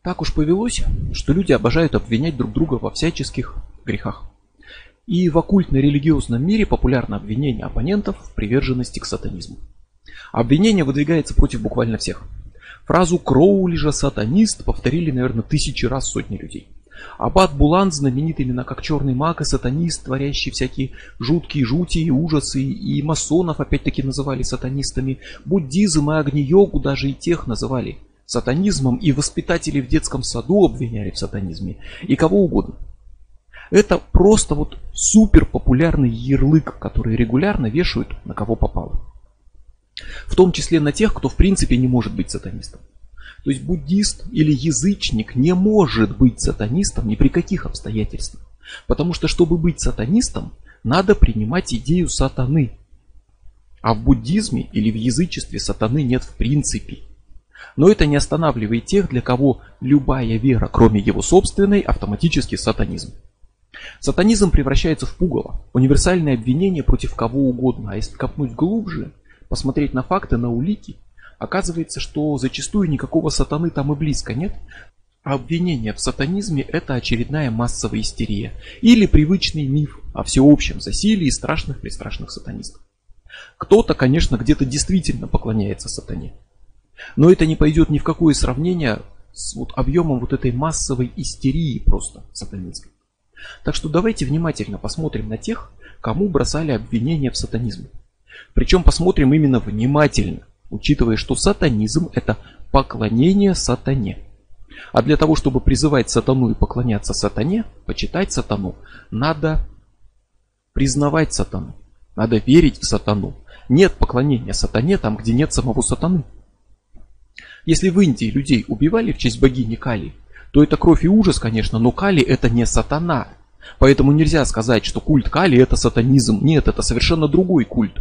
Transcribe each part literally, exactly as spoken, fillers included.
Так уж повелось, что люди обожают обвинять друг друга во всяческих грехах. И в оккультно-религиозном мире популярно обвинение оппонентов в приверженности к сатанизму. Обвинение выдвигается против буквально всех. Фразу «Кроули же сатанист» повторили, наверное, тысячи раз сотни людей. Аббат Булан, знаменитый именно как черный маг и сатанист, творящий всякие жуткие жути и ужасы, и масонов опять-таки называли сатанистами, буддизм и агни-йогу даже и тех называли сатанизмом, и воспитатели в детском саду обвиняли в сатанизме, и кого угодно. Это просто вот супер популярный ярлык, который регулярно вешают на кого попало. В том числе на тех, кто в принципе не может быть сатанистом. То есть буддист или язычник не может быть сатанистом ни при каких обстоятельствах. Потому что, чтобы быть сатанистом, надо принимать идею сатаны. А в буддизме или в язычестве сатаны нет в принципе. Но это не останавливает тех, для кого любая вера, кроме его собственной, автоматически сатанизм. Сатанизм превращается в пугало, универсальное обвинение против кого угодно. А если копнуть глубже, посмотреть на факты, на улики, оказывается, что зачастую никакого сатаны там и близко нет. А обвинение в сатанизме – это очередная массовая истерия. Или привычный миф о всеобщем засилии страшных-престрашных сатанистов. Кто-то, конечно, где-то действительно поклоняется сатане. Но это не пойдет ни в какое сравнение с вот объемом вот этой массовой истерии просто сатанинской. Так что давайте внимательно посмотрим на тех, кому бросали обвинения в сатанизме. Причем посмотрим именно внимательно, учитывая, что сатанизм – это поклонение сатане. А для того, чтобы призывать сатану и поклоняться сатане, почитать сатану, надо признавать сатану, надо верить в сатану. Нет поклонения сатане там, где нет самого сатаны. Если в Индии людей убивали в честь богини Кали, то это кровь и ужас, конечно, но Кали это не сатана. Поэтому нельзя сказать, что культ Кали это сатанизм. Нет, это совершенно другой культ.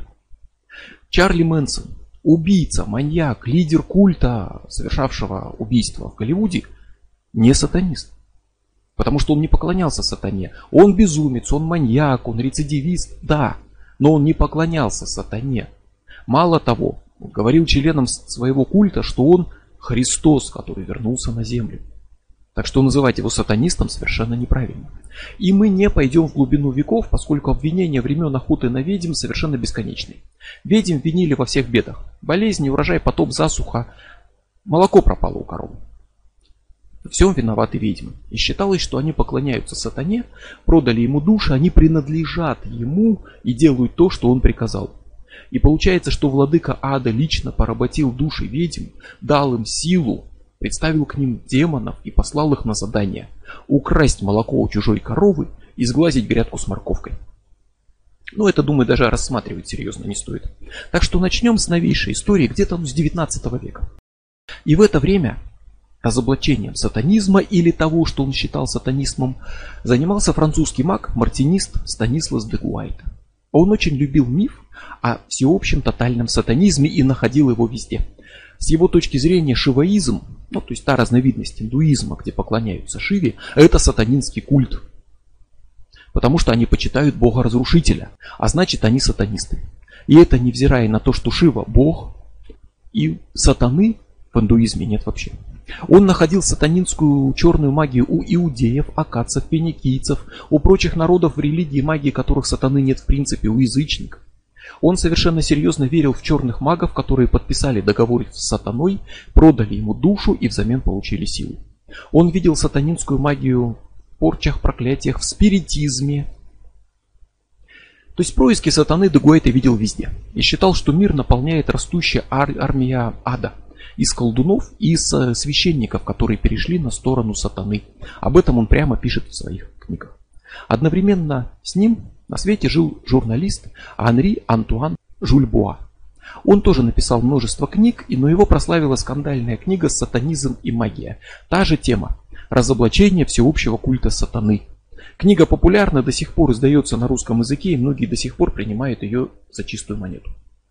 Чарли Мэнсон, убийца, маньяк, лидер культа, совершавшего убийство в Голливуде, не сатанист. Потому что он не поклонялся сатане. Он безумец, он маньяк, он рецидивист, да, но он не поклонялся сатане. Мало того, говорил членам своего культа, что он Христос, который вернулся на землю. Так что называть его сатанистом совершенно неправильно. И мы не пойдем в глубину веков, поскольку обвинения времен охоты на ведьм совершенно бесконечны. Ведьм винили во всех бедах. Болезни, урожай, потоп, засуха. Молоко пропало у коровы. В всем виноваты ведьмы. И считалось, что они поклоняются сатане, продали ему души, они принадлежат ему и делают то, что он приказал. И получается, что владыка ада лично поработил души ведьм, дал им силу, представил к ним демонов и послал их на задание украсть молоко у чужой коровы и сглазить грядку с морковкой. Ну, это, думаю, даже рассматривать серьезно не стоит. Так что начнем с новейшей истории, где-то ну, с девятнадцатого века. И в это время разоблачением сатанизма или того, что он считал сатанизмом, занимался французский маг, мартинист Станислас де Гуайт. Он очень любил миф о всеобщем тотальном сатанизме и находил его везде. С его точки зрения шиваизм, ну то есть та разновидность индуизма, где поклоняются Шиве, это сатанинский культ. Потому что они почитают бога-разрушителя, а значит они сатанисты. И это невзирая на то, что Шива бог, и сатаны в индуизме нет вообще. Он находил сатанинскую черную магию у иудеев, аккадцев, финикийцев, у прочих народов в религии, магии которых сатаны нет в принципе, у язычников. Он совершенно серьезно верил в черных магов, которые подписали договор с сатаной, продали ему душу и взамен получили силу. Он видел сатанинскую магию в порчах, проклятиях, в спиритизме. То есть происки сатаны де Гуайт видел везде. И считал, что мир наполняет растущая ар- армия ада. Из колдунов и из священников, которые перешли на сторону сатаны. Об этом он прямо пишет в своих книгах. Одновременно с ним на свете жил журналист Анри Антуан Жюль Буа. Он тоже написал множество книг, но его прославила скандальная книга «Сатанизм и магия». Та же тема – разоблачение всеобщего культа сатаны. Книга популярна, до сих пор издается на русском языке, и многие до сих пор принимают ее за чистую монету.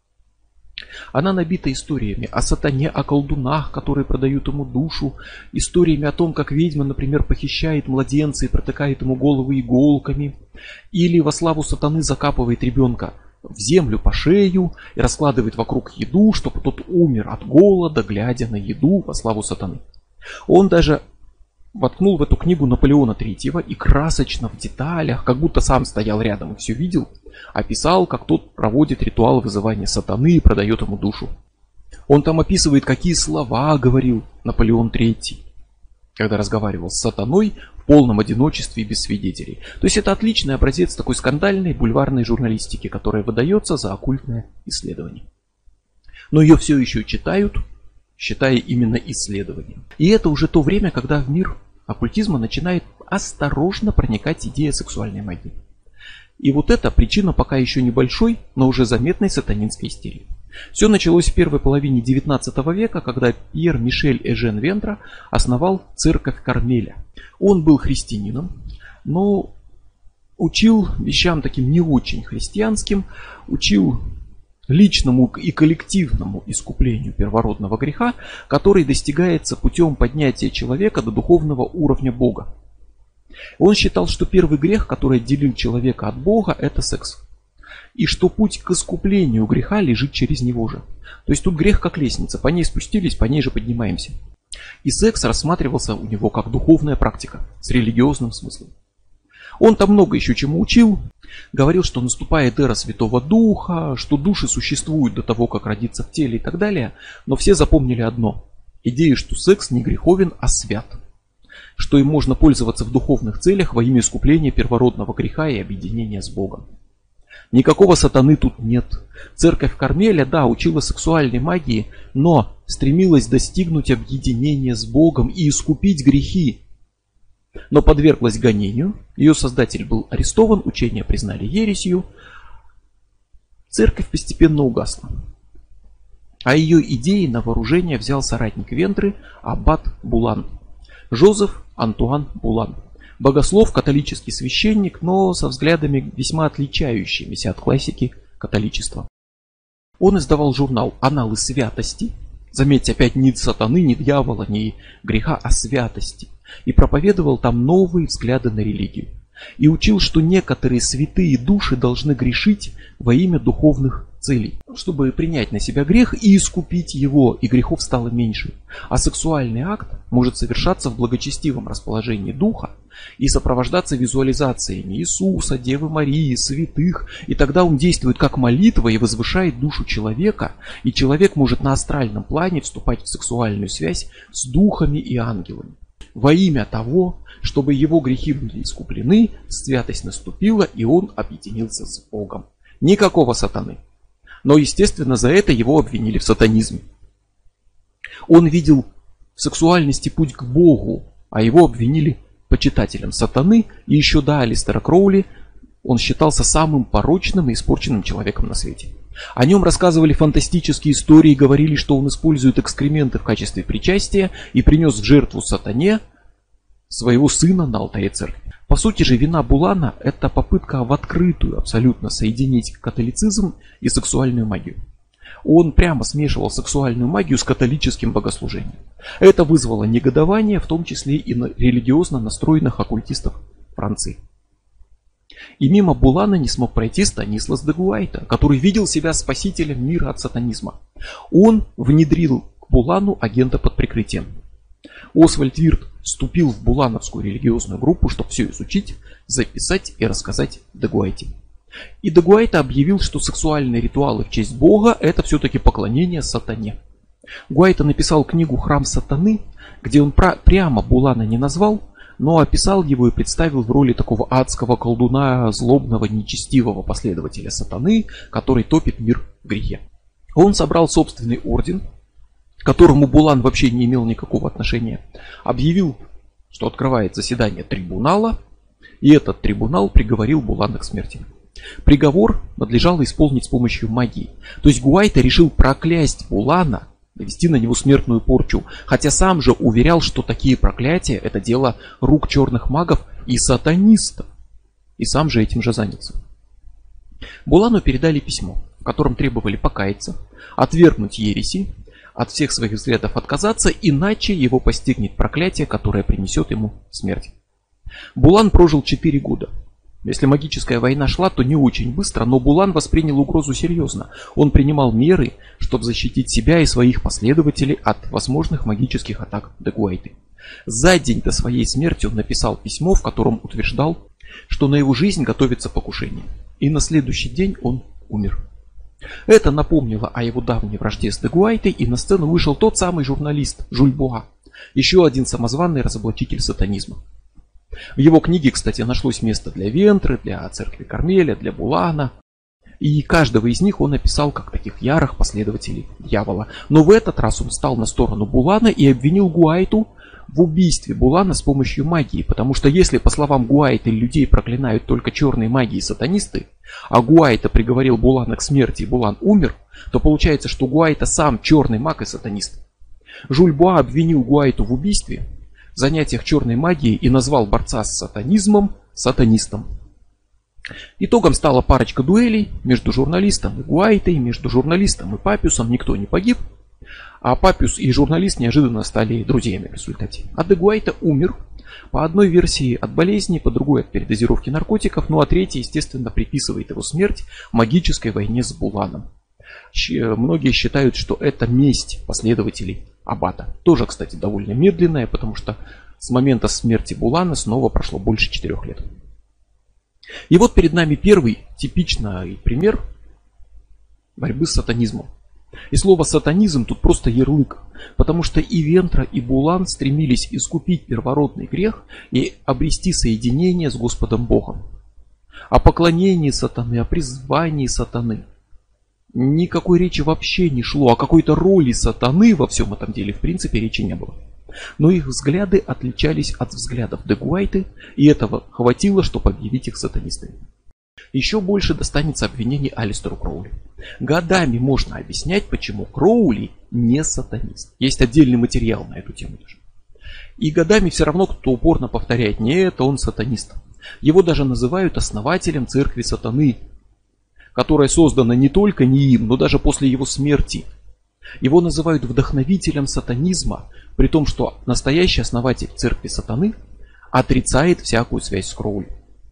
Она набита историями о сатане, о колдунах, которые продают ему душу, историями о том, как ведьма, например, похищает младенца и протыкает ему голову иголками, или во славу сатаны закапывает ребенка в землю по шею и раскладывает вокруг еду, чтобы тот умер от голода, глядя на еду во славу сатаны. Он даже воткнул в эту книгу Наполеона третьего и красочно в деталях, как будто сам стоял рядом и все видел, описал, как тот проводит ритуал вызывания сатаны и продает ему душу. Он там описывает, какие слова говорил Наполеон третий, когда разговаривал с сатаной в полном одиночестве и без свидетелей. То есть это отличный образец такой скандальной бульварной журналистики, которая выдается за оккультное исследование. Но ее все еще читают, считая именно исследованием. И это уже то время, когда в мир оккультизма начинает осторожно проникать идея сексуальной магии. И вот это причина пока еще небольшой, но уже заметной сатанинской истерии. Все началось в первой половине девятнадцатого века, когда Пьер Мишель Эжен Вентра основал церковь Кармеля. Он был христианином, но учил вещам таким не очень христианским, учил личному и коллективному искуплению первородного греха, который достигается путем поднятия человека до духовного уровня Бога. Он считал, что первый грех, который отделил человека от Бога, это секс. И что путь к искуплению греха лежит через него же. То есть тут грех как лестница, по ней спустились, по ней же поднимаемся. И секс рассматривался у него как духовная практика с религиозным смыслом. Он там много еще чему учил. Говорил, что наступает эра Святого Духа, что души существуют до того, как родиться в теле и так далее. Но все запомнили одно. Идею, что секс не греховен, а свят. Что им можно пользоваться в духовных целях во имя искупления первородного греха и объединения с Богом. Никакого сатаны тут нет. Церковь Кармеля, да, учила сексуальной магии, но стремилась достигнуть объединения с Богом и искупить грехи. Но подверглась гонению, ее создатель был арестован, учение признали ересью. Церковь постепенно угасла. А ее идеи на вооружение взял соратник Вентры аббат Булан. Жозеф Антуан Булан. Богослов, католический священник, но со взглядами весьма отличающимися от классики католичества. Он издавал журнал «Аналы святости». Заметьте, опять ни сатаны, ни дьявола, ни греха, а святости. И проповедовал там новые взгляды на религию. И учил, что некоторые святые души должны грешить во имя духовных целей, чтобы принять на себя грех и искупить его, и грехов стало меньше. А сексуальный акт может совершаться в благочестивом расположении духа и сопровождаться визуализациями Иисуса, Девы Марии, святых, и тогда он действует как молитва и возвышает душу человека, и человек может на астральном плане вступать в сексуальную связь с духами и ангелами. Во имя того, чтобы его грехи были искуплены, святость наступила, и он объединился с Богом. Никакого сатаны. Но, естественно, за это его обвинили в сатанизме. Он видел в сексуальности путь к Богу, а его обвинили почитателем сатаны, и еще до Алистера Кроули он считался самым порочным и испорченным человеком на свете. О нем рассказывали фантастические истории, говорили, что он использует экскременты в качестве причастия и принес в жертву сатане своего сына на алтаре церкви. По сути же, вина Булана – это попытка в открытую абсолютно соединить католицизм и сексуальную магию. Он прямо смешивал сексуальную магию с католическим богослужением. Это вызвало негодование, в том числе и на религиозно настроенных оккультистов Франции. И мимо Булана не смог пройти Станислас де Гуайта, который видел себя спасителем мира от сатанизма. Он внедрил к Булану агента под прикрытием. Освальд Вирт вступил в булановскую религиозную группу, чтобы все изучить, записать и рассказать де Гуайте. И де Гуайта объявил, что сексуальные ритуалы в честь Бога – это все-таки поклонение сатане. Гуайта написал книгу «Храм сатаны», где он прямо Булана не назвал, но описал его и представил в роли такого адского колдуна, злобного, нечестивого последователя сатаны, который топит мир в грехе. Он собрал собственный орден, к которому Булан вообще не имел никакого отношения, объявил, что открывает заседание трибунала, и этот трибунал приговорил Булана к смерти. Приговор надлежало исполнить с помощью магии. То есть Гуайта решил проклясть Булана, навести на него смертную порчу, хотя сам же уверял, что такие проклятия – это дело рук черных магов и сатанистов. И сам же этим же занялся. Булану передали письмо, в котором требовали покаяться, отвергнуть ереси, от всех своих взглядов отказаться, иначе его постигнет проклятие, которое принесет ему смерть. Булан прожил четыре года. Если магическая война шла, то не очень быстро, но Булан воспринял угрозу серьезно. Он принимал меры, чтобы защитить себя и своих последователей от возможных магических атак де Гуайты. За день до своей смерти он написал письмо, в котором утверждал, что на его жизнь готовится покушение. И на следующий день он умер. Это напомнило о его давней вражде с де Гуайтой, и на сцену вышел тот самый журналист Жюль Буа, еще один самозваный разоблачитель сатанизма. В его книге, кстати, нашлось место для Вентры, для церкви Кармеля, для Булана. И каждого из них он описал как таких ярых последователей дьявола. Но в этот раз он встал на сторону Булана и обвинил Гуайту в убийстве Булана с помощью магии. Потому что если, по словам Гуайты, людей проклинают только черные маги и сатанисты, а Гуайта приговорил Булана к смерти и Булан умер, то получается, что Гуайта сам черный маг и сатанист. Жюль Буа обвинил Гуайту в убийстве, занятиях черной магией и назвал борца с сатанизмом сатанистом. Итогом стала парочка дуэлей между журналистом и Гуайтой, между журналистом и Папюсом. Никто не погиб, а Папюс и журналист неожиданно стали друзьями в результате. А де Гуайта умер, по одной версии от болезни, по другой от передозировки наркотиков, ну а третья, естественно, приписывает его смерть магической войне с Буланом. Многие считают, что это месть последователей Аббата. Тоже, кстати, довольно медленная, потому что с момента смерти Булана снова прошло больше четырех лет. И вот перед нами первый типичный пример борьбы с сатанизмом. И слово сатанизм тут просто ярлык, потому что и Вентра, и Булан стремились искупить первородный грех и обрести соединение с Господом Богом. О поклонении сатаны, о призвании сатаны никакой речи вообще не шло, о какой-то роли сатаны во всем этом деле в принципе речи не было. Но их взгляды отличались от взглядов де Гуайты, и этого хватило, чтобы объявить их сатанистами. Еще больше достанется обвинений Алистеру Кроули. Годами можно объяснять, почему Кроули не сатанист. Есть отдельный материал на эту тему даже. И годами все равно кто упорно повторяет: нет, он сатанист. Его даже называют основателем церкви сатаны, которая создана не только не им, но даже после его смерти. Его называют вдохновителем сатанизма, при том, что настоящий основатель церкви сатаны отрицает всякую связь с Кроули.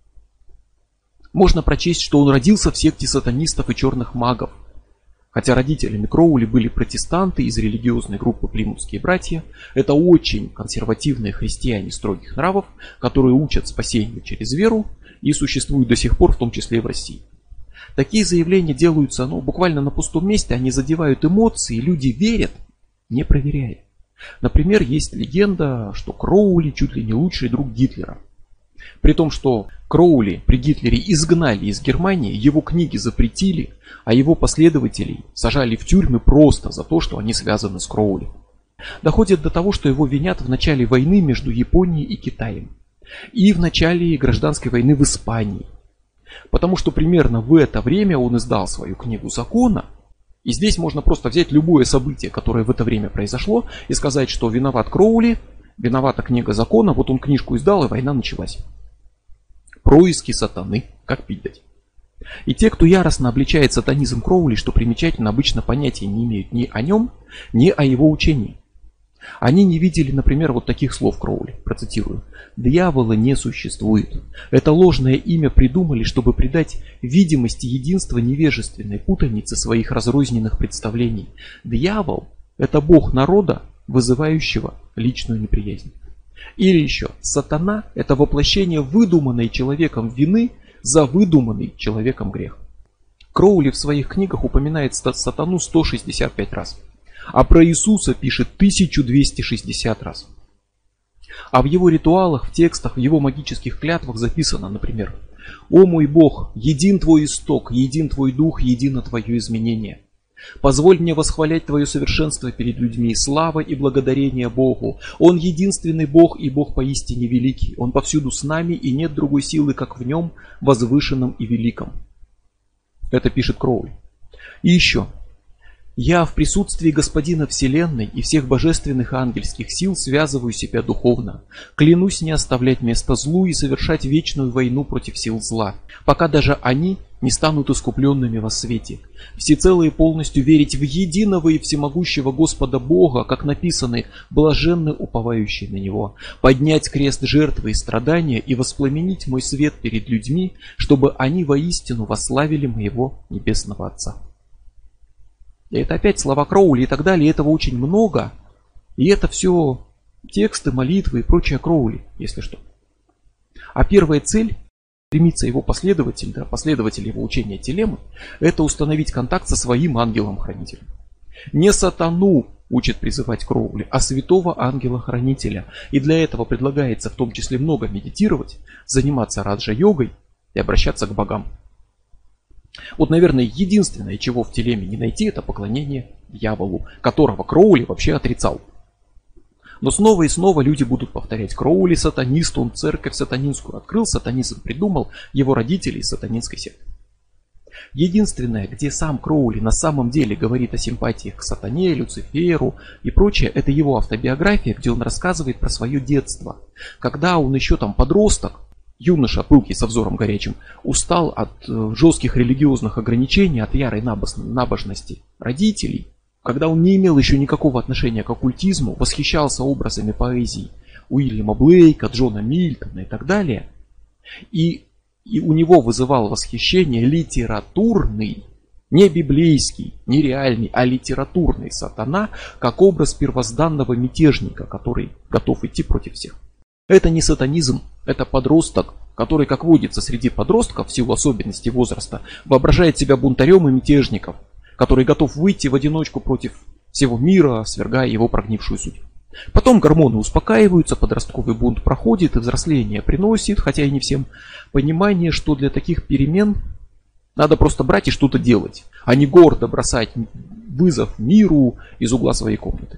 Можно прочесть, что он родился в секте сатанистов и черных магов. Хотя родителями Кроули были протестанты из религиозной группы Плимутские братья. Это очень консервативные христиане строгих нравов, которые учат спасению через веру и существуют до сих пор, в том числе и в России. Такие заявления делаются ну, буквально на пустом месте, они задевают эмоции, люди верят, не проверяя. Например, есть легенда, что Кроули чуть ли не лучший друг Гитлера. При том, что Кроули при Гитлере изгнали из Германии, его книги запретили, а его последователей сажали в тюрьмы просто за то, что они связаны с Кроули. Доходит до того, что его винят в начале войны между Японией и Китаем и в начале гражданской войны в Испании. Потому что примерно в это время он издал свою книгу закона. И здесь можно просто взять любое событие, которое в это время произошло, и сказать, что виноват Кроули, виновата книга закона, вот он книжку издал, и война началась. Происки сатаны, как пить дать. И те, кто яростно обличает сатанизм Кроули, что примечательно, обычно понятия не имеют ни о нем, ни о его учении. Они не видели, например, вот таких слов Кроули, процитирую. «Дьявола не существует. Это ложное имя придумали, чтобы придать видимости единства невежественной путаницы своих разрозненных представлений. Дьявол – это бог народа, вызывающего личную неприязнь». Или еще, сатана – это воплощение выдуманной человеком вины за выдуманный человеком грех. Кроули в своих книгах упоминает сатану сто шестьдесят пять раз. А про Иисуса пишет тысячу двести шестьдесят раз. А в его ритуалах, в текстах, в его магических клятвах записано, например: «О мой Бог, един твой исток, един твой дух, едино твое изменение. Позволь мне восхвалять твое совершенство перед людьми, слава и благодарение Богу. Он единственный Бог и Бог поистине великий. Он повсюду с нами, и нет другой силы, как в нем, возвышенном и великом». Это пишет Кроули. И еще. «Я в присутствии Господина Вселенной и всех божественных и ангельских сил связываю себя духовно. Клянусь не оставлять места злу и совершать вечную войну против сил зла, пока даже они не станут искупленными во свете. Всецело и полностью верить в единого и всемогущего Господа Бога, как написаны, блаженны уповающие на Него, поднять крест жертвы и страдания и воспламенить мой свет перед людьми, чтобы они воистину восславили моего Небесного Отца». И это опять слова Кроули и так далее, этого очень много. И это все тексты, молитвы и прочее Кроули, если что. А первая цель, стремится его последователь, да, последователь его учения телемы, это установить контакт со своим ангелом-хранителем. Не сатану учит призывать Кроули, а святого ангела-хранителя. И для этого предлагается в том числе много медитировать, заниматься раджа-йогой и обращаться к богам. Вот, наверное, единственное, чего в телеме не найти, это поклонение дьяволу, которого Кроули вообще отрицал. Но снова и снова люди будут повторять: Кроули сатанист, он церковь сатанинскую открыл, сатанизм придумал, его родители из сатанинской секты. Единственное, где сам Кроули на самом деле говорит о симпатиях к сатане, Люциферу и прочее, это его автобиография, где он рассказывает про свое детство. Когда он еще там подросток, юноша, пылкий, со взором горячим, устал от жестких религиозных ограничений, от ярой набожности родителей, когда он не имел еще никакого отношения к оккультизму, восхищался образами поэзии Уильяма Блейка, Джона Мильтона и так далее, и, и у него вызывал восхищение литературный, не библейский, не реальный, а литературный сатана, как образ первозданного мятежника, который готов идти против всех. Это не сатанизм, это подросток, который, как водится среди подростков в силу особенностей возраста, воображает себя бунтарем и мятежником, который готов выйти в одиночку против всего мира, свергая его прогнившую суть. Потом гормоны успокаиваются, подростковый бунт проходит, и взросление приносит, хотя и не всем, понимание, что для таких перемен надо просто брать и что-то делать, а не гордо бросать вызов миру из угла своей комнаты.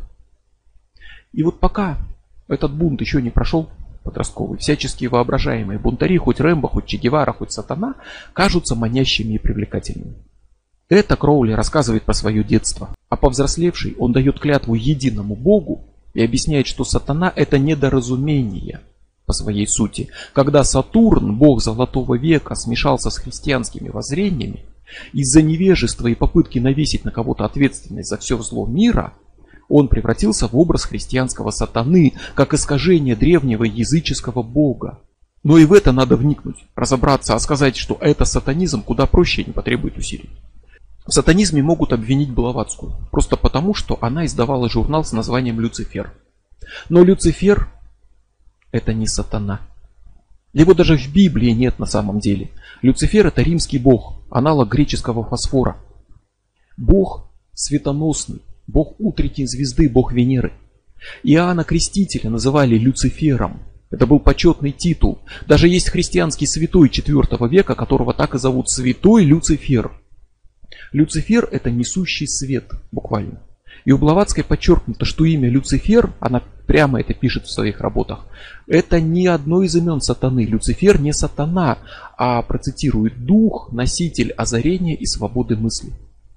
И вот пока этот бунт еще не прошел, подростковый, всяческие воображаемые бунтари, хоть Рэмбо, хоть Че Гевара, хоть сатана, кажутся манящими и привлекательными. Это Кроули рассказывает про свое детство. А повзрослевший он дает клятву единому Богу и объясняет, что сатана это недоразумение по своей сути. Когда Сатурн, бог Золотого века, смешался с христианскими воззрениями, из-за невежества и попытки навесить на кого-то ответственность за все зло мира, он превратился в образ христианского сатаны, как искажение древнего языческого бога. Но и в это надо вникнуть, разобраться, а сказать, что это сатанизм, куда проще и не потребует усилий. В сатанизме могут обвинить Блаватскую, просто потому, что она издавала журнал с названием «Люцифер». Но Люцифер это не сатана. Его даже в Библии нет на самом деле. Люцифер это римский бог, аналог греческого фосфора. Бог светоносный, бог утренней звезды, бог Венеры. Иоанна Крестителя называли Люцифером. Это был почетный титул. Даже есть христианский святой четвёртого века, которого так и зовут святой Люцифер. Люцифер это несущий свет, буквально. И у Блаватской подчеркнуто, что имя Люцифер, она прямо это пишет в своих работах, это не одно из имен сатаны. Люцифер не сатана, а процитирует дух, носитель озарения и свободы мысли.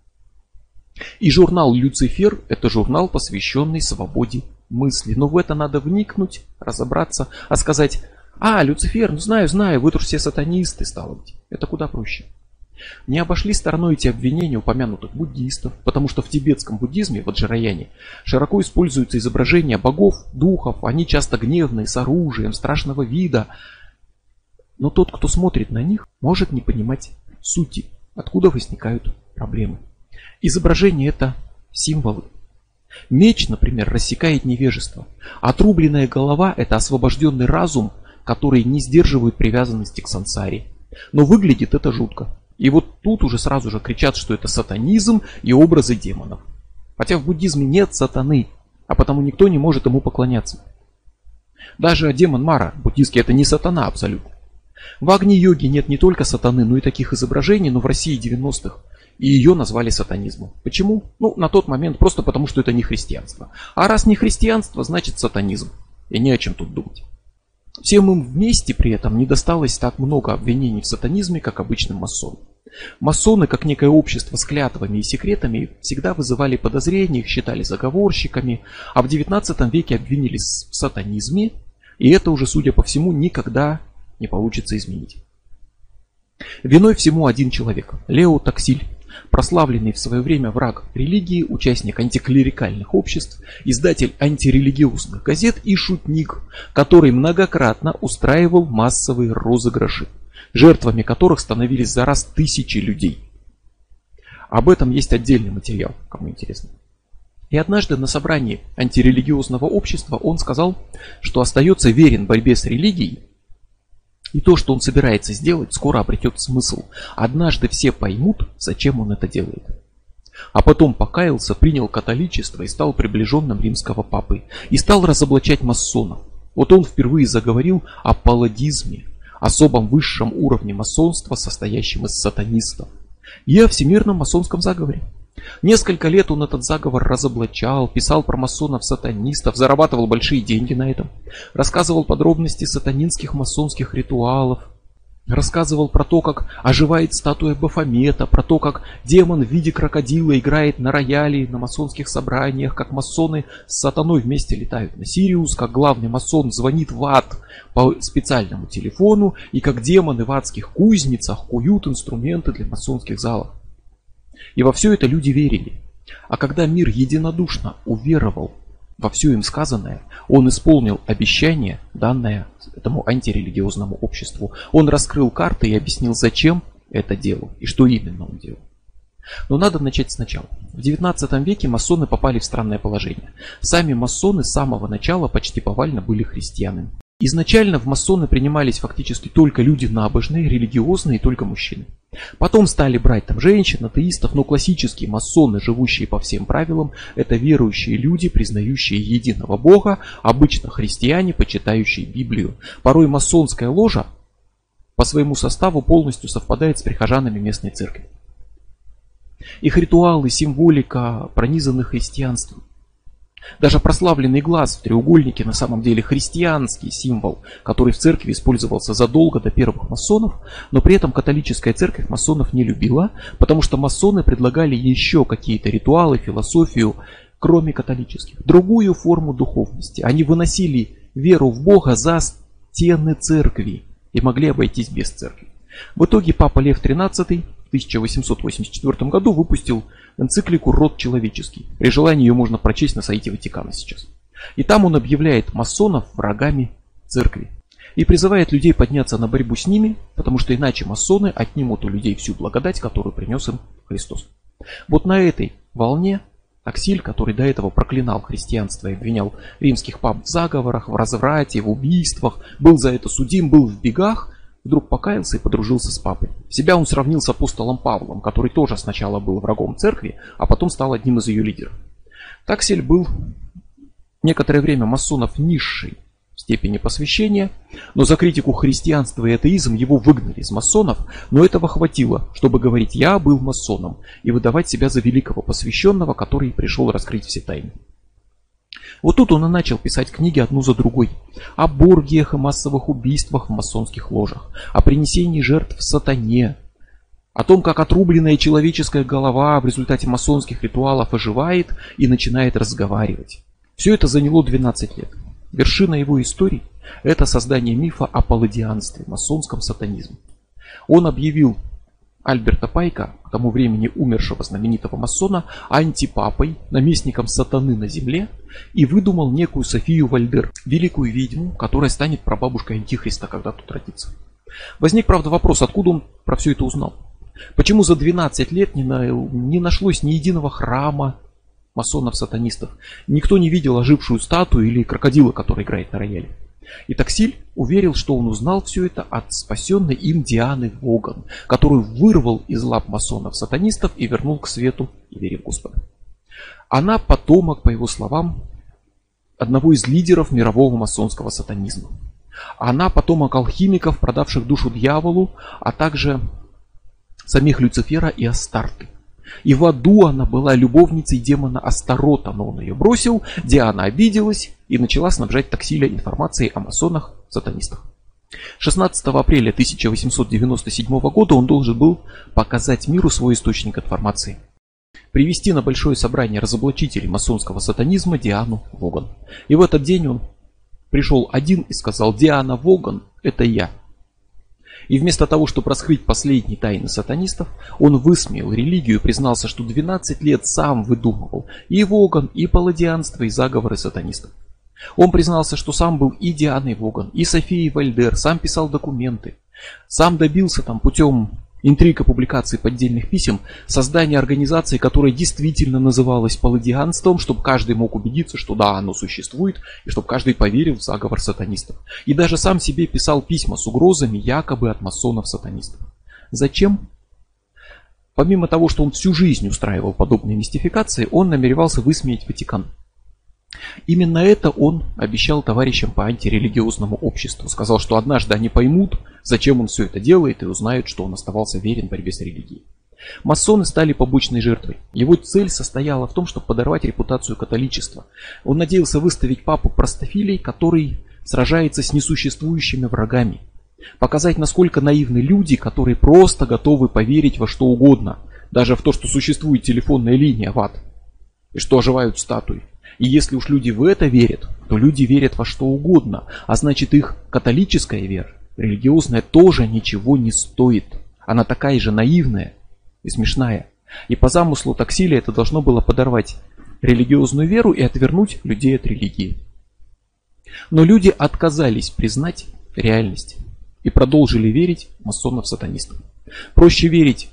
И журнал Люцифер это журнал, посвященный свободе мысли. Но в это надо вникнуть, разобраться, а сказать: а, Люцифер, ну знаю, знаю, вы тут все сатанисты, стало быть. Это куда проще. Не обошли стороной эти обвинения упомянутых буддистов, потому что в тибетском буддизме, в Ваджраяне, широко используются изображения богов, духов, они часто гневные, с оружием, страшного вида. Но тот, кто смотрит на них, может не понимать сути, откуда возникают проблемы. Изображения это символы. Меч, например, рассекает невежество. Отрубленная голова это освобожденный разум, который не сдерживает привязанности к сансаре. Но выглядит это жутко. И вот тут уже сразу же кричат, что это сатанизм и образы демонов. Хотя в буддизме нет сатаны, а потому никто не может ему поклоняться. Даже демон Мара, буддийский, это не сатана абсолютно. В Агни-йоге нет не только сатаны, но и таких изображений, но в России девяностых. И ее назвали сатанизмом. Почему? Ну, на тот момент просто потому, что это не христианство. А раз не христианство, значит сатанизм. И не о чем тут думать. Всем им вместе при этом не досталось так много обвинений в сатанизме, как обычным масонам. Масоны, как некое общество с клятвами и секретами, всегда вызывали подозрения, их считали заговорщиками, а в девятнадцатом веке обвинились в сатанизме, и это уже, судя по всему, никогда не получится изменить. Виной всему один человек – Лео Таксиль, прославленный в свое время враг религии, участник антиклерикальных обществ, издатель антирелигиозных газет и шутник, который многократно устраивал массовые розыгрыши, жертвами которых становились за раз тысячи людей. Об этом есть отдельный материал, кому интересно. И однажды на собрании антирелигиозного общества он сказал, что остается верен борьбе с религией, и то, что он собирается сделать, скоро обретет смысл. Однажды все поймут, зачем он это делает. А потом покаялся, принял католичество и стал приближенным римского папы. И стал разоблачать масонов. Вот он впервые заговорил о палладизме, особом высшем уровне масонства, состоящем из сатанистов, и о всемирном масонском заговоре. Несколько лет он этот заговор разоблачал, писал про масонов-сатанистов, зарабатывал большие деньги на этом, рассказывал подробности сатанинских масонских ритуалов, рассказывал про то, как оживает статуя Бафомета, про то, как демон в виде крокодила играет на рояле на масонских собраниях, как масоны с сатаной вместе летают на Сириус, как главный масон звонит в ад по специальному телефону, и как демоны в адских кузницах куют инструменты для масонских залов. И во все это люди верили. А когда мир единодушно уверовал во все им сказанное, он исполнил обещание, данное этому антирелигиозному обществу. Он раскрыл карты и объяснил, зачем это делал и что именно он делал. Но надо начать сначала. В девятнадцатом веке масоны попали в странное положение. Сами масоны с самого начала почти повально были христианами. Изначально в масоны принимались фактически только люди набожные, религиозные и только мужчины. Потом стали брать там женщин, атеистов, но классические масоны, живущие по всем правилам, это верующие люди, признающие единого Бога, обычно христиане, почитающие Библию. Порой масонская ложа по своему составу полностью совпадает с прихожанами местной церкви. Их ритуалы, символика пронизаны христианством. Даже прославленный глаз в треугольнике на самом деле христианский символ, который в церкви использовался задолго до первых масонов, но при этом католическая церковь масонов не любила, потому что масоны предлагали еще какие-то ритуалы, философию, кроме католических, другую форму духовности. Они выносили веру в Бога за стены церкви и могли обойтись без церкви. В итоге папа Лев тринадцатый в тысяча восемьсот восемьдесят четвёртом году выпустил энциклику «Род человеческий». При желании ее можно прочесть на сайте Ватикана сейчас. И там он объявляет масонов врагами церкви. И призывает людей подняться на борьбу с ними, потому что иначе масоны отнимут у людей всю благодать, которую принес им Христос. Вот на этой волне Таксиль, который до этого проклинал христианство и обвинял римских пап в заговорах, в разврате, в убийствах, был за это судим, был в бегах, вдруг покаялся и подружился с папой. Себя он сравнил с апостолом Павлом, который тоже сначала был врагом церкви, а потом стал одним из ее лидеров. Таксиль был некоторое время масонов низшей степени посвящения, но за критику христианства и атеизм его выгнали из масонов, но этого хватило, чтобы говорить «я был масоном» и выдавать себя за великого посвященного, который пришел раскрыть все тайны. Вот тут он и начал писать книги одну за другой. О боргиях и массовых убийствах в масонских ложах, о принесении жертв сатане, о том, как отрубленная человеческая голова в результате масонских ритуалов оживает и начинает разговаривать. Все это заняло двенадцать лет. Вершина его истории – это создание мифа о палладианстве, масонском сатанизме. Он объявил Альберта Пайка, к тому времени умершего знаменитого масона, антипапой, наместником сатаны на земле, и выдумал некую Софию Вальдер, великую ведьму, которая станет прабабушкой Антихриста, когда тут родится. Возник, правда, вопрос, откуда он про все это узнал? Почему за двенадцать лет не, на, не нашлось ни единого храма масонов-сатанистов? Никто не видел ожившую статую или крокодила, который играет на рояле. И Таксиль уверил, что он узнал все это от спасенной им Дианы Воган, которую вырвал из лап масонов-сатанистов и вернул к свету и вере в Господа. Она потомок, по его словам, одного из лидеров мирового масонского сатанизма. Она потомок алхимиков, продавших душу дьяволу, а также самих Люцифера и Астарты. И в аду она была любовницей демона Астарота, но он ее бросил, Диана обиделась и начала снабжать Таксиля информацией о масонах-сатанистах. шестнадцатого апреля тысяча восемьсот девяносто седьмого года он должен был показать миру свой источник информации. Привести на большое собрание разоблачителей масонского сатанизма Диану Воган. И в этот день он пришел один и сказал: «Диана Воган – это я». И вместо того, чтобы раскрыть последние тайны сатанистов, он высмеял религию и признался, что двенадцать лет сам выдумывал и Воган, и палладианство, и заговоры сатанистов. Он признался, что сам был и Дианой Воган, и Софией Вальдер, сам писал документы, сам добился там путем Интрига публикации поддельных писем, создание организации, которая действительно называлась палладианством, чтобы каждый мог убедиться, что да, оно существует, и чтобы каждый поверил в заговор сатанистов. И даже сам себе писал письма с угрозами якобы от масонов-сатанистов. Зачем? Помимо того, что он всю жизнь устраивал подобные мистификации, он намеревался высмеять Ватикан. Именно это он обещал товарищам по антирелигиозному обществу. Сказал, что однажды они поймут, зачем он все это делает, и узнают, что он оставался верен борьбе с религией. Масоны стали побочной жертвой. Его цель состояла в том, чтобы подорвать репутацию католичества. Он надеялся выставить папу простофилей, который сражается с несуществующими врагами. Показать, насколько наивны люди, которые просто готовы поверить во что угодно. Даже в то, что существует телефонная линия в ад. И что оживают статуи. И если уж люди в это верят, то люди верят во что угодно. А значит, их католическая вера, религиозная, тоже ничего не стоит. Она такая же наивная и смешная. И по замыслу Таксилия это должно было подорвать религиозную веру и отвернуть людей от религии. Но люди отказались признать реальность и продолжили верить в масонов-сатанистов. Проще верить,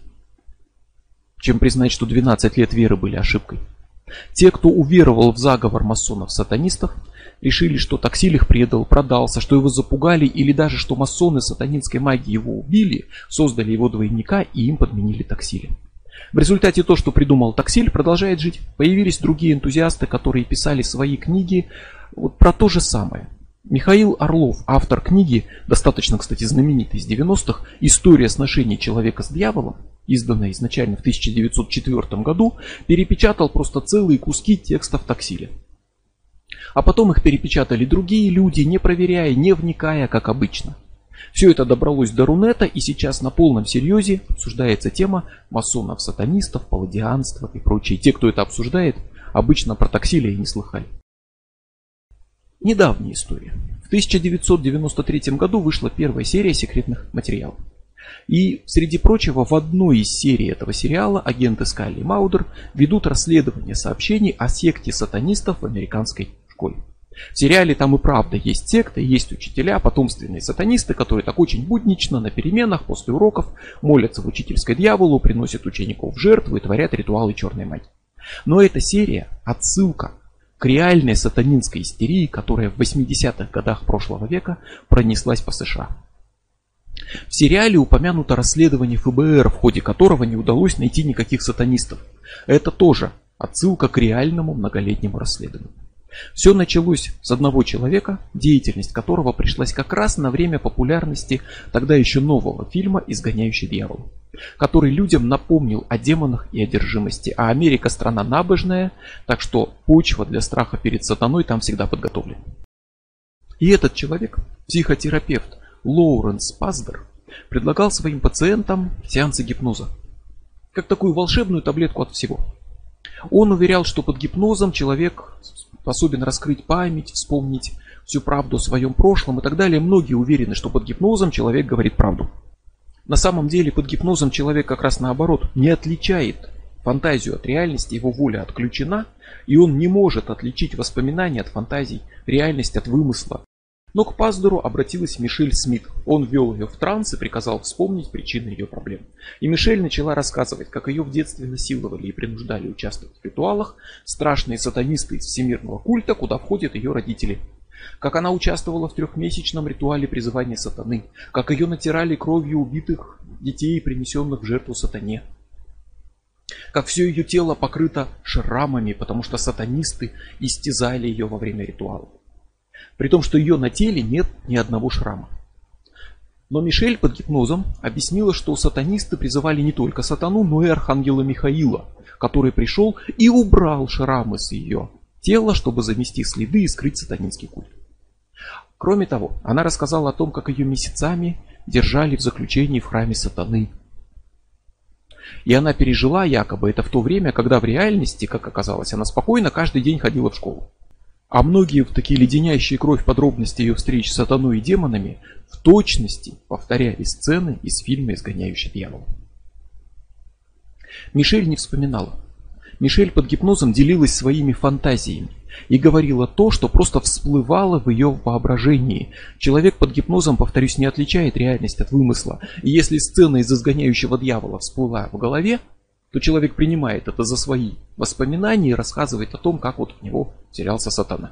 чем признать, что двенадцать лет веры были ошибкой. Те, кто уверовал в заговор масонов-сатанистов, решили, что Таксиль их предал, продался, что его запугали, или даже что масоны сатанинской магии его убили, создали его двойника и им подменили Таксиля. В результате то, что придумал Таксиль, продолжает жить. Появились другие энтузиасты, которые писали свои книги вот про то же самое. Михаил Орлов, автор книги, достаточно, кстати, знаменитой из девяностых, «История сношений человека с дьяволом», изданная изначально в тысяча девятьсот четвёртом году, перепечатал просто целые куски текстов Таксиля. А потом их перепечатали другие люди, не проверяя, не вникая, как обычно. Все это добралось до Рунета, и сейчас на полном серьезе обсуждается тема масонов-сатанистов, палладианства и прочее. Те, кто это обсуждает, обычно про Таксиля и не слыхали. Недавняя история. В тысяча девятьсот девяносто третьем году вышла первая серия секретных материалов. И, среди прочего, в одной из серий этого сериала агенты Скалли и Маудер ведут расследование сообщений о секте сатанистов в американской школе. В сериале там и правда есть секта, есть учителя, потомственные сатанисты, которые так очень буднично на переменах после уроков молятся в учительской дьяволу, приносят учеников в жертву и творят ритуалы черной магии. Но эта серия отсылка к реальной сатанинской истерии, которая в восьмидесятых годах прошлого века пронеслась по США. В сериале упомянуто расследование эф бэ эр, в ходе которого не удалось найти никаких сатанистов. Это тоже отсылка к реальному многолетнему расследованию. Все началось с одного человека, деятельность которого пришлась как раз на время популярности тогда еще нового фильма «Изгоняющий дьявола», который людям напомнил о демонах и одержимости. А Америка страна набожная, так что почва для страха перед сатаной там всегда подготовлена. И этот человек, психотерапевт Лоуренс Паздер, предлагал своим пациентам сеансы гипноза, как такую волшебную таблетку от всего. Он уверял, что под гипнозом человек способен раскрыть память, вспомнить всю правду о своем прошлом и так далее. Многие уверены, что под гипнозом человек говорит правду. На самом деле под гипнозом человек как раз наоборот не отличает фантазию от реальности, его воля отключена, и он не может отличить воспоминания от фантазий, реальность от вымысла. Но к Паздеру обратилась Мишель Смит. Он ввел ее в транс и приказал вспомнить причины ее проблем. И Мишель начала рассказывать, как ее в детстве насиловали и принуждали участвовать в ритуалах страшные сатанисты из всемирного культа, куда входят ее родители. Как она участвовала в трехмесячном ритуале призывания сатаны. Как ее натирали кровью убитых детей, принесенных в жертву сатане. Как все ее тело покрыто шрамами, потому что сатанисты истязали ее во время ритуала. При том, что ее на теле нет ни одного шрама. Но Мишель под гипнозом объяснила, что сатанисты призывали не только сатану, но и архангела Михаила, который пришел и убрал шрамы с ее тела, чтобы замести следы и скрыть сатанинский культ. Кроме того, она рассказала о том, как ее месяцами держали в заключении в храме сатаны. И она пережила якобы это в то время, когда в реальности, как оказалось, она спокойно каждый день ходила в школу. А многие в такие леденящие кровь подробности ее встреч с сатаной и демонами в точности повторяли сцены из фильма «Изгоняющий дьявола». Мишель не вспоминала. Мишель под гипнозом делилась своими фантазиями. и говорила то, что просто всплывало в ее воображении. Человек под гипнозом, повторюсь, не отличает реальность от вымысла. И если сцена из «Изгоняющего дьявола» всплыла в голове, то человек принимает это за свои воспоминания и рассказывает о том, как вот в него вселялся сатана.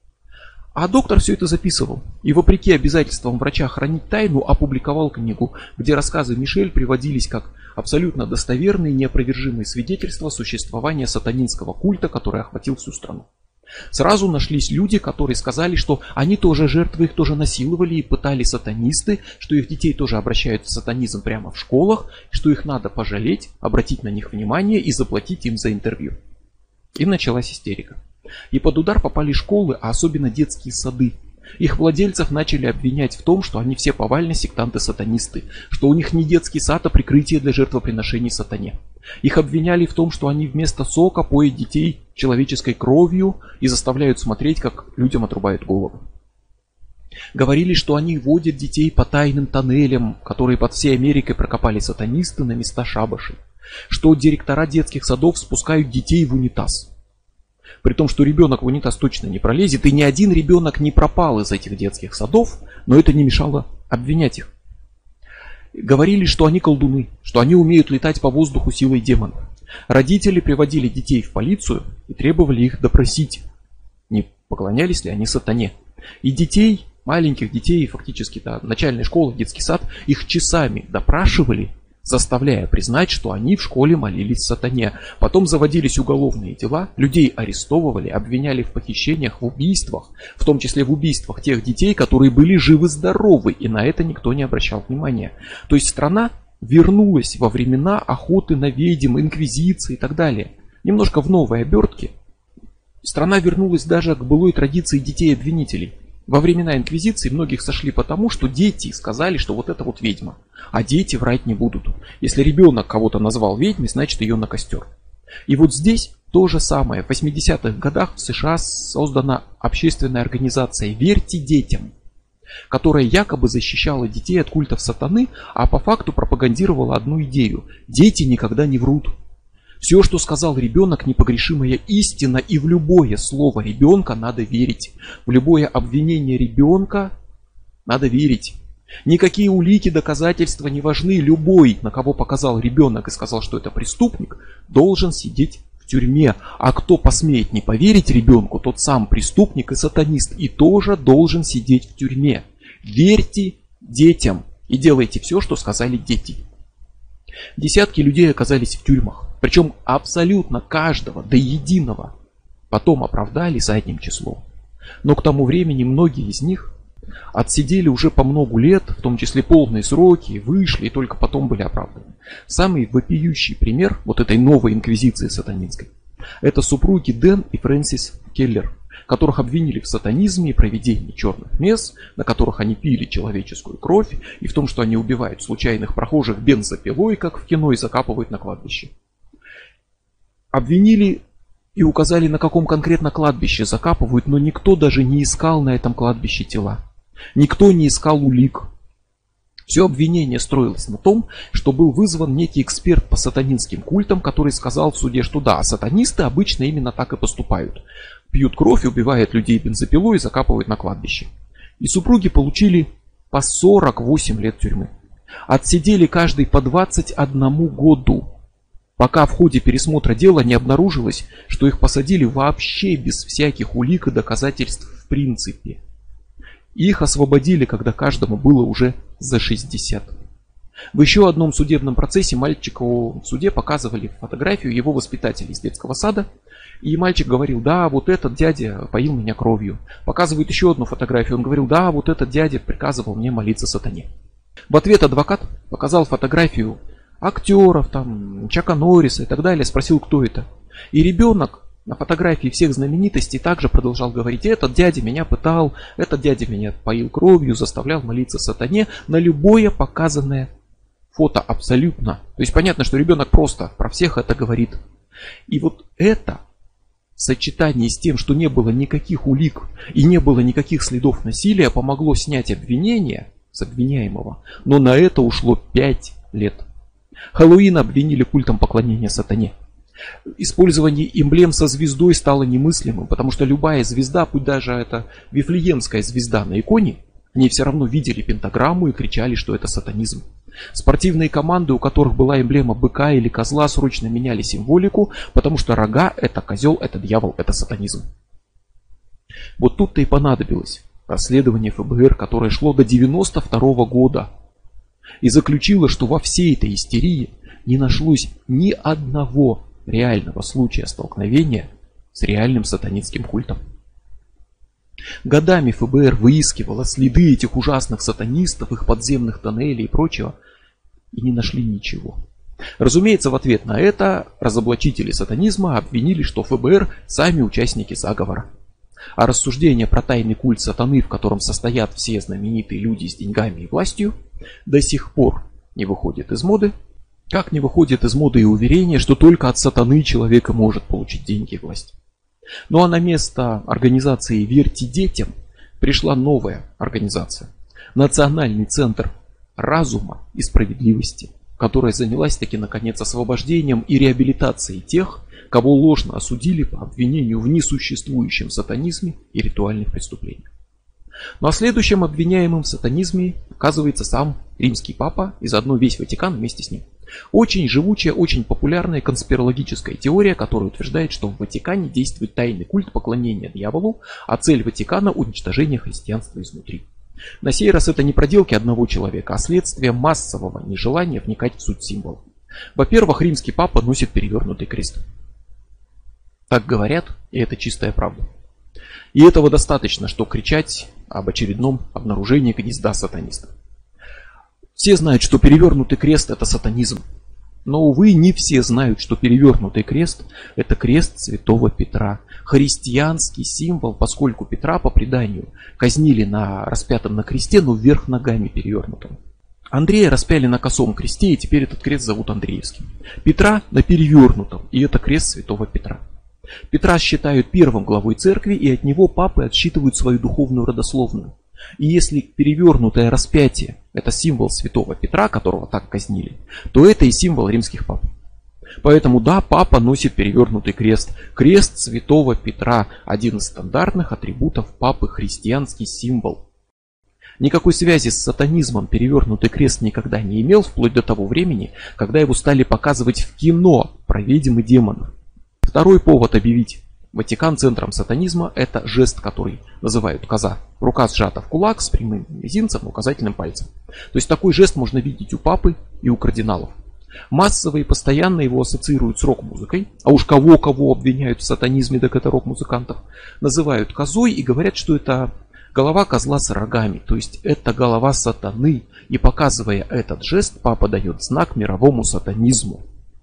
А доктор все это записывал и, вопреки обязательствам врача хранить тайну, опубликовал книгу, где рассказы Мишель приводились как абсолютно достоверные и неопровержимые свидетельства существования сатанинского культа, который охватил всю страну. Сразу нашлись люди, которые сказали, что они тоже жертвы, их тоже насиловали и пытали сатанисты, что их детей тоже обращают в сатанизм прямо в школах, что их надо пожалеть, обратить на них внимание и заплатить им за интервью. И началась истерика. И под удар попали школы, а особенно детские сады. Их владельцев начали обвинять в том, что они все повально сектанты-сатанисты, что у них не детский сад, а прикрытие для жертвоприношений сатане. Их обвиняли в том, что они вместо сока поят детей человеческой кровью и заставляют смотреть, как людям отрубают головы. Говорили, что они водят детей по тайным тоннелям, которые под всей Америкой прокопали сатанисты на места шабашей. Что директора детских садов спускают детей в унитаз. При том, что ребенок в унитаз точно не пролезет, и ни один ребенок не пропал из этих детских садов, но это не мешало обвинять их. Говорили, что они колдуны, что они умеют летать по воздуху силой демонов. Родители приводили детей в полицию и требовали их допросить, не поклонялись ли они сатане. И детей, маленьких детей, фактически да, начальной школы, детский сад, их часами допрашивали, заставляя признать, что они в школе молились сатане. Потом заводились уголовные дела, людей арестовывали, обвиняли в похищениях, в убийствах, в том числе в убийствах тех детей, которые были живы-здоровы, и на это никто не обращал внимания. То есть страна вернулась во времена охоты на ведьм, инквизиции и так далее. Немножко в новой обертке. Страна вернулась даже к былой традиции детей-обвинителей. Во времена инквизиции многих сошли потому, что дети сказали, что вот это вот ведьма. А дети врать не будут. Если ребенок кого-то назвал ведьмой, значит ее на костер. И вот здесь то же самое. В восьмидесятых годах в США создана общественная организация «Верьте детям», которая якобы защищала детей от культов сатаны, а по факту пропагандировала одну идею. Дети никогда не врут. Все, что сказал ребенок, непогрешимая истина, и в любое слово ребенка надо верить. В любое обвинение ребенка надо верить. Никакие улики, доказательства не важны. Любой, на кого показал ребенок и сказал, что это преступник, должен сидеть в тюрьме. А кто посмеет не поверить ребенку, тот сам преступник и сатанист, и тоже должен сидеть в тюрьме. Верьте детям и делайте все, что сказали дети. Десятки людей оказались в тюрьмах. Причем абсолютно каждого, до единого, потом оправдали задним числом. Но к тому времени многие из них отсидели уже по многу лет, в том числе полные сроки, вышли и только потом были оправданы. Самый вопиющий пример вот этой новой инквизиции сатанинской — это супруги Дэн и Фрэнсис Келлер, которых обвинили в сатанизме и проведении черных мес, на которых они пили человеческую кровь, и в том, что они убивают случайных прохожих бензопилой, как в кино, и закапывают на кладбище. Обвинили и указали, на каком конкретно кладбище закапывают, но никто даже не искал на этом кладбище тела. Никто не искал улик. Все обвинение строилось на том, что был вызван некий эксперт по сатанинским культам, который сказал в суде, что да, сатанисты обычно именно так и поступают. Пьют кровь, убивают людей бензопилой и закапывают на кладбище. И супруги получили по сорок восемь лет тюрьмы. Отсидели каждый по двадцать одному году. Пока в ходе пересмотра дела не обнаружилось, что их посадили вообще без всяких улик и доказательств в принципе. Их освободили, когда каждому было уже за шестьдесят. В еще одном судебном процессе мальчику в суде показывали фотографию его воспитателя из детского сада. И мальчик говорил: да, вот этот дядя поил меня кровью. Показывают еще одну фотографию. Он говорил: да, вот этот дядя приказывал мне молиться сатане. В ответ адвокат показал фотографию актеров, там, Чака Норриса и так далее. Спросил, кто это. И ребенок на фотографии всех знаменитостей также продолжал говорить: этот дядя меня пытал, этот дядя меня поил кровью, заставлял молиться сатане. На любое показанное фото абсолютно. То есть понятно, что ребенок просто про всех это говорит. И вот это в сочетании с тем, что не было никаких улик и не было никаких следов насилия, помогло снять обвинение с обвиняемого. Но на это ушло пять лет. Хэллоуин обвинили культом поклонения сатане. Использование эмблем со звездой стало немыслимым, потому что любая звезда, пусть даже это Вифлеемская звезда на иконе, в ней все равно видели пентаграмму и кричали, что это сатанизм. Спортивные команды, у которых была эмблема быка или козла, срочно меняли символику, потому что рога — это козел, это дьявол, это сатанизм. Вот тут-то и понадобилось расследование эф бэ эр, которое шло до девяносто второго года, и заключило, что во всей этой истерии не нашлось ни одного реального случая столкновения с реальным сатанинским культом. Годами эф бэ эр выискивало следы этих ужасных сатанистов, их подземных тоннелей и прочего, и не нашли ничего. Разумеется, в ответ на это разоблачители сатанизма обвинили, что эф бэ эр сами участники заговора. А рассуждения про тайный культ сатаны, в котором состоят все знаменитые люди с деньгами и властью, до сих пор не выходят из моды, как не выходит из моды и уверение, что только от сатаны человек может получить деньги и власть. Ну а на место организации «Верьте детям» пришла новая организация – Национальный центр разума и справедливости, которая занялась таки наконец освобождением и реабилитацией тех, кого ложно осудили по обвинению в несуществующем сатанизме и ритуальных преступлениях. Ну а следующим обвиняемым в сатанизме оказывается сам римский папа и заодно весь Ватикан вместе с ним. Очень живучая, очень популярная конспирологическая теория, которая утверждает, что в Ватикане действует тайный культ поклонения дьяволу, а цель Ватикана – уничтожение христианства изнутри. На сей раз это не проделки одного человека, а следствие массового нежелания вникать в суть символа. Во-первых, римский папа носит перевернутый крест. Так говорят, и это чистая правда. И этого достаточно, чтобы кричать об очередном обнаружении гнезда сатанистов. Все знают, что перевернутый крест – это сатанизм. Но, увы, не все знают, что перевернутый крест – это крест святого Петра. Христианский символ, поскольку Петра, по преданию, казнили на распятом на кресте, но вверх ногами перевернутым. Андрея распяли на косом кресте, и теперь этот крест зовут Андреевским. Петра на перевернутом, и это крест святого Петра. Петра считают первым главой церкви, и от него папы отсчитывают свою духовную родословную. И если перевернутое распятие – это символ святого Петра, которого так казнили, то это и символ римских пап. Поэтому да, папа носит перевернутый крест. Крест святого Петра – один из стандартных атрибутов папы, христианский символ. Никакой связи с сатанизмом перевернутый крест никогда не имел, вплоть до того времени, когда его стали показывать в кино про ведьм и демонов. Второй повод объявить Ватикан центром сатанизма – это жест, который называют коза. Рука сжата в кулак с прямым мизинцем и указательным пальцем. То есть такой жест можно видеть у папы и у кардиналов. Массово и постоянно его ассоциируют с рок-музыкой, а уж кого-кого обвиняют в сатанизме, так это рок-музыкантов, называют козой и говорят, что это голова козла с рогами, то есть это голова сатаны. И показывая этот жест, папа дает знак мировому сатанизму.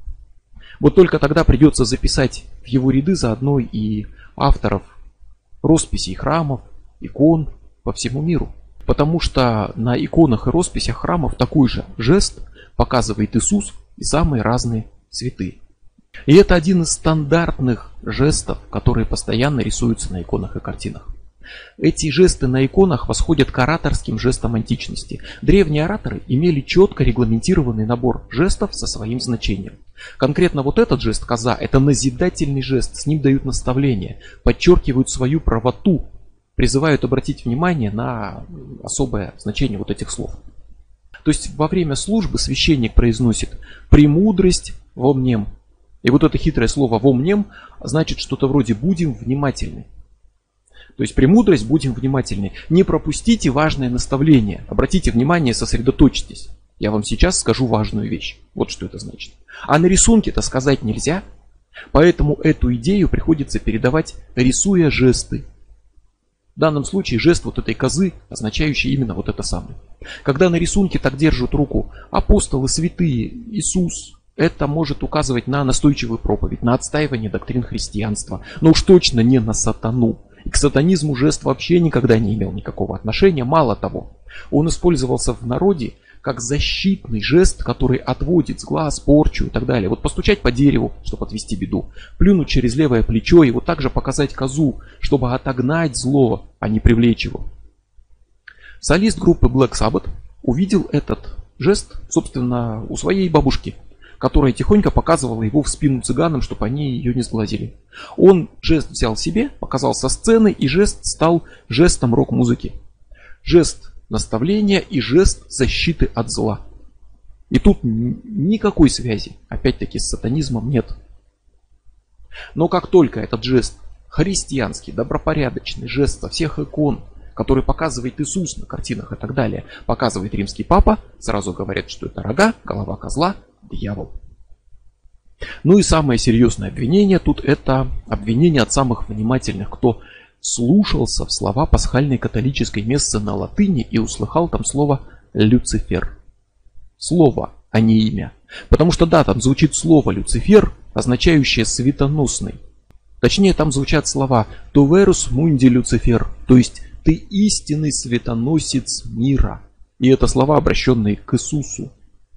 Вот только тогда придется записать в его ряды заодно и авторов росписей храмов, икон по всему миру. Потому что на иконах и росписях храмов такой же жест показывает Иисус и самые разные святые. И это один из стандартных жестов, которые постоянно рисуются на иконах и картинах. Эти жесты на иконах восходят к ораторским жестам античности. Древние ораторы имели четко регламентированный набор жестов со своим значением. Конкретно вот этот жест коза – это назидательный жест, с ним дают наставления, подчеркивают свою правоту, призывают обратить внимание на особое значение вот этих слов. То есть во время службы священник произносит «премудрость вомнем». И вот это хитрое слово «вомнем» значит что-то вроде «будем внимательны». То есть премудрость, будем внимательны. Не пропустите важное наставление. Обратите внимание, сосредоточьтесь. Я вам сейчас скажу важную вещь. Вот что это значит. А на рисунке-то сказать нельзя. Поэтому эту идею приходится передавать, рисуя жесты. В данном случае жест вот этой козы, означающий именно вот это самое. Когда на рисунке так держат руку апостолы, святые, Иисус, это может указывать на настойчивую проповедь, на отстаивание доктрин христианства. Но уж точно не на сатану. И к сатанизму жест вообще никогда не имел никакого отношения. Мало того, он использовался в народе как защитный жест, который отводит с глаз порчу и так далее. Вот постучать по дереву, чтобы отвести беду. Плюнуть через левое плечо и вот также показать козу, чтобы отогнать зло, а не привлечь его. Солист группы Black Sabbath увидел этот жест, собственно, у своей бабушки. которая тихонько показывала его в спину цыганам, чтобы они ее не сглазили. Он жест взял себе, показал со сцены, и жест стал жестом рок-музыки. Жест наставления и жест защиты от зла. И тут никакой связи, опять-таки, с сатанизмом нет. Но как только этот жест, христианский, добропорядочный жест со всех икон, который показывает Иисус на картинах и так далее, показывает римский папа, сразу говорят, что это рога, голова козла, дьявол. Ну и самое серьезное обвинение тут это обвинение от самых внимательных, кто слушался в слова пасхальной католической мессы на латыни и услыхал там слово «Люцифер». Слово, а не имя. Потому что да, там звучит слово «Люцифер», означающее «светоносный». Точнее, там звучат слова «Tu verus mundi Lucifer», то есть «ты истинный светоносец мира». И это слова, обращенные к Иисусу.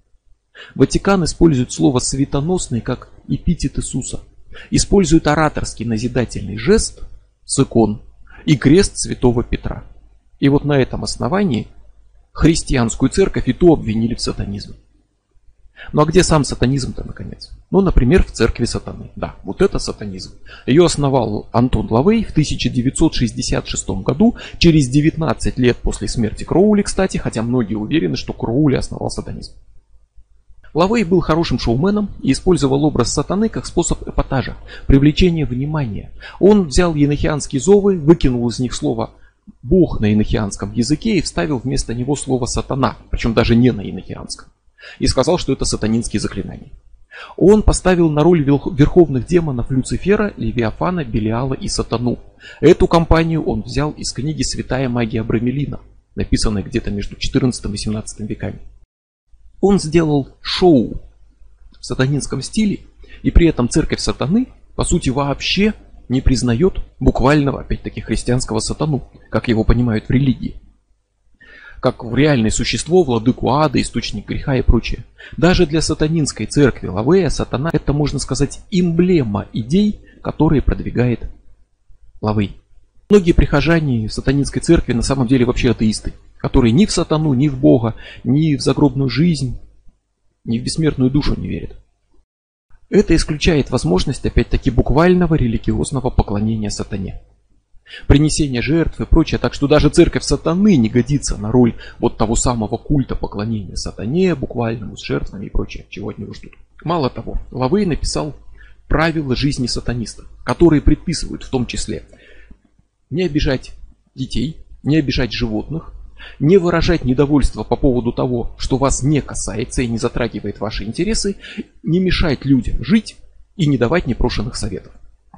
Ватикан использует слово «светоносный» как эпитет Иисуса. Использует ораторский назидательный жест с икон и крест святого Петра. И вот на этом основании христианскую церковь и то обвинили в сатанизме. Ну а где сам сатанизм-то, наконец? Ну, например, в церкви сатаны. Да, вот это сатанизм. Ее основал Антон Лавей в тысяча девятьсот шестьдесят шестом году, через девятнадцать лет после смерти Кроули, кстати, хотя многие уверены, что Кроули основал сатанизм. Лавей был хорошим шоуменом и использовал образ сатаны как способ эпатажа, привлечения внимания. Он взял енохианские зовы, выкинул из них слово «бог» на енохианском языке и вставил вместо него слово «сатана», причем даже не на енохианском, и сказал, что это сатанинские заклинания. Он поставил на роль верховных демонов Люцифера, Левиафана, Белиала и Сатану. Эту компанию он взял из книги «Святая магия Абрамелина», написанной где-то между четырнадцатым и семнадцатым веками. Он сделал шоу в сатанинском стиле, и при этом церковь сатаны, по сути, вообще не признает буквального, опять-таки, христианского сатану, как его понимают в религии. Как в реальное существо, владыку ада, источник греха и прочее. Даже для сатанинской церкви Лавея сатана — это, можно сказать, эмблема идей, которые продвигает Лавей. Многие прихожане сатанинской церкви на самом деле вообще атеисты, которые ни в сатану, ни в Бога, ни в загробную жизнь, ни в бессмертную душу не верят. Это исключает возможность, опять-таки, буквального религиозного поклонения сатане. Принесение жертв и прочее, так что даже церковь сатаны не годится на роль вот того самого культа поклонения сатане, буквальному, с жертвами и прочее, чего от него ждут. Мало того, Лавей написал правила жизни сатаниста, которые предписывают в том числе не обижать детей, не обижать животных, не выражать недовольство по поводу того, что вас не касается и не затрагивает ваши интересы, не мешать людям жить и не давать непрошенных советов.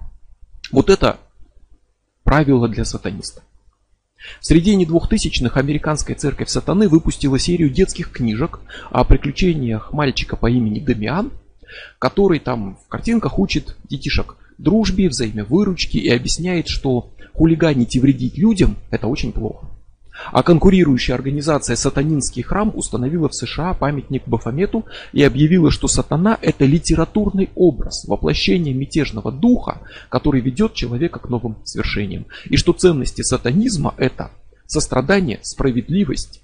Вот это правило для сатаниста. В середине двухтысячных американская церковь сатаны выпустила серию детских книжек о приключениях мальчика по имени Дамиан, который там в картинках учит детишек дружбе, взаимовыручке и объясняет, что хулиганить и вредить людям – это очень плохо. А конкурирующая организация «Сатанинский храм» установила в США памятник Бафомету и объявила, что сатана – это литературный образ, воплощение мятежного духа, который ведет человека к новым свершениям. И что ценности сатанизма – это сострадание, справедливость,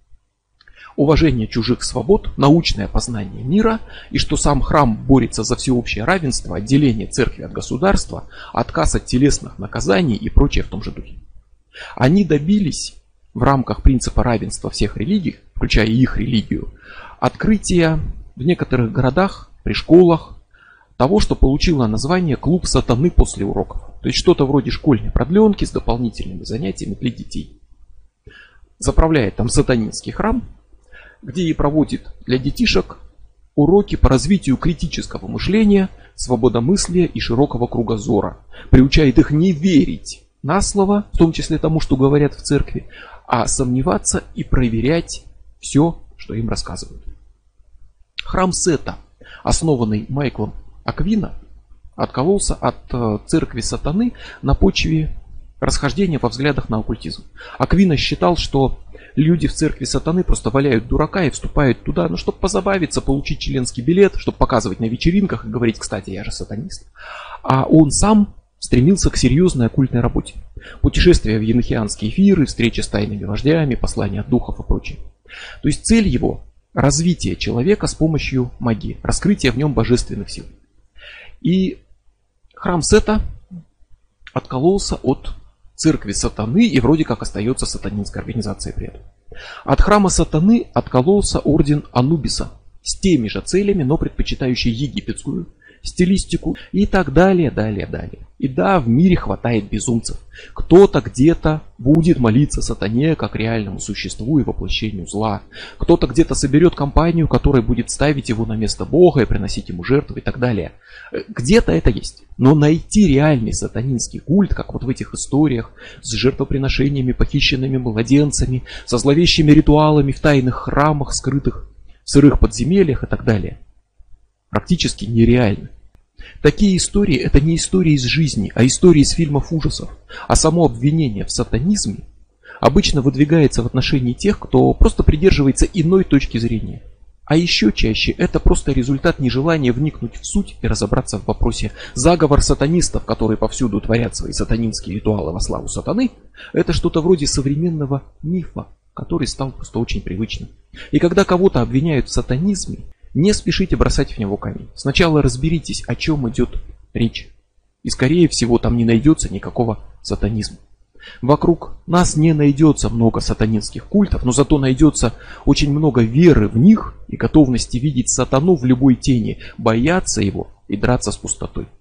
уважение чужих свобод, научное познание мира, и что сам храм борется за всеобщее равенство, отделение церкви от государства, отказ от телесных наказаний и прочее в том же духе. Они добились в рамках принципа равенства всех религий, включая и их религию, открытия в некоторых городах, при школах, того, что получило название «Клуб сатаны после уроков». То есть что-то вроде школьной продленки с дополнительными занятиями для детей. Заправляет там сатанинский храм, где и проводит для детишек уроки по развитию критического мышления, свободомыслия и широкого кругозора. Приучает их не верить на слово, в том числе тому, что говорят в церкви, а сомневаться и проверять все, что им рассказывают. Храм Сета, основанный Майклом Аквина, откололся от церкви сатаны на почве расхождения во взглядах на оккультизм. Аквина считал, что люди в церкви сатаны просто валяют дурака и вступают туда, ну, чтобы позабавиться, получить членский билет, чтобы показывать на вечеринках и говорить: кстати, я же сатанист. А он сам стремился к серьезной оккультной работе. Путешествия в енохианские эфиры, встречи с тайными вождями, послания от духов и прочее. То есть цель его развитие человека с помощью магии, раскрытие в нем божественных сил. И храм Сета откололся от церкви сатаны и вроде как остается сатанинской организацией при этом. От храма сатаны откололся орден Анубиса с теми же целями, но предпочитающий египетскую стилистику и так далее, далее, далее. И да, в мире хватает безумцев. Кто-то где-то будет молиться сатане как реальному существу и воплощению зла. Кто-то где-то соберет компанию, которая будет ставить его на место Бога и приносить ему жертвы и так далее. Где-то это есть. Но найти реальный сатанинский культ, как вот в этих историях, с жертвоприношениями, похищенными младенцами, со зловещими ритуалами в тайных храмах, скрытых в сырых подземельях и так далее, практически нереально. Такие истории — это не истории из жизни, а истории из фильмов ужасов. А само обвинение в сатанизме обычно выдвигается в отношении тех, кто просто придерживается иной точки зрения. А еще чаще это просто результат нежелания вникнуть в суть и разобраться в вопросе. Заговор сатанистов, которые повсюду творят свои сатанинские ритуалы во славу сатаны, это что-то вроде современного мифа, который стал просто очень привычным. И когда кого-то обвиняют в сатанизме, не спешите бросать в него камень. Сначала разберитесь, о чем идет речь. И скорее всего там не найдется никакого сатанизма. Вокруг нас не найдется много сатанинских культов, но зато найдется очень много веры в них и готовности видеть сатану в любой тени, бояться его и драться с пустотой.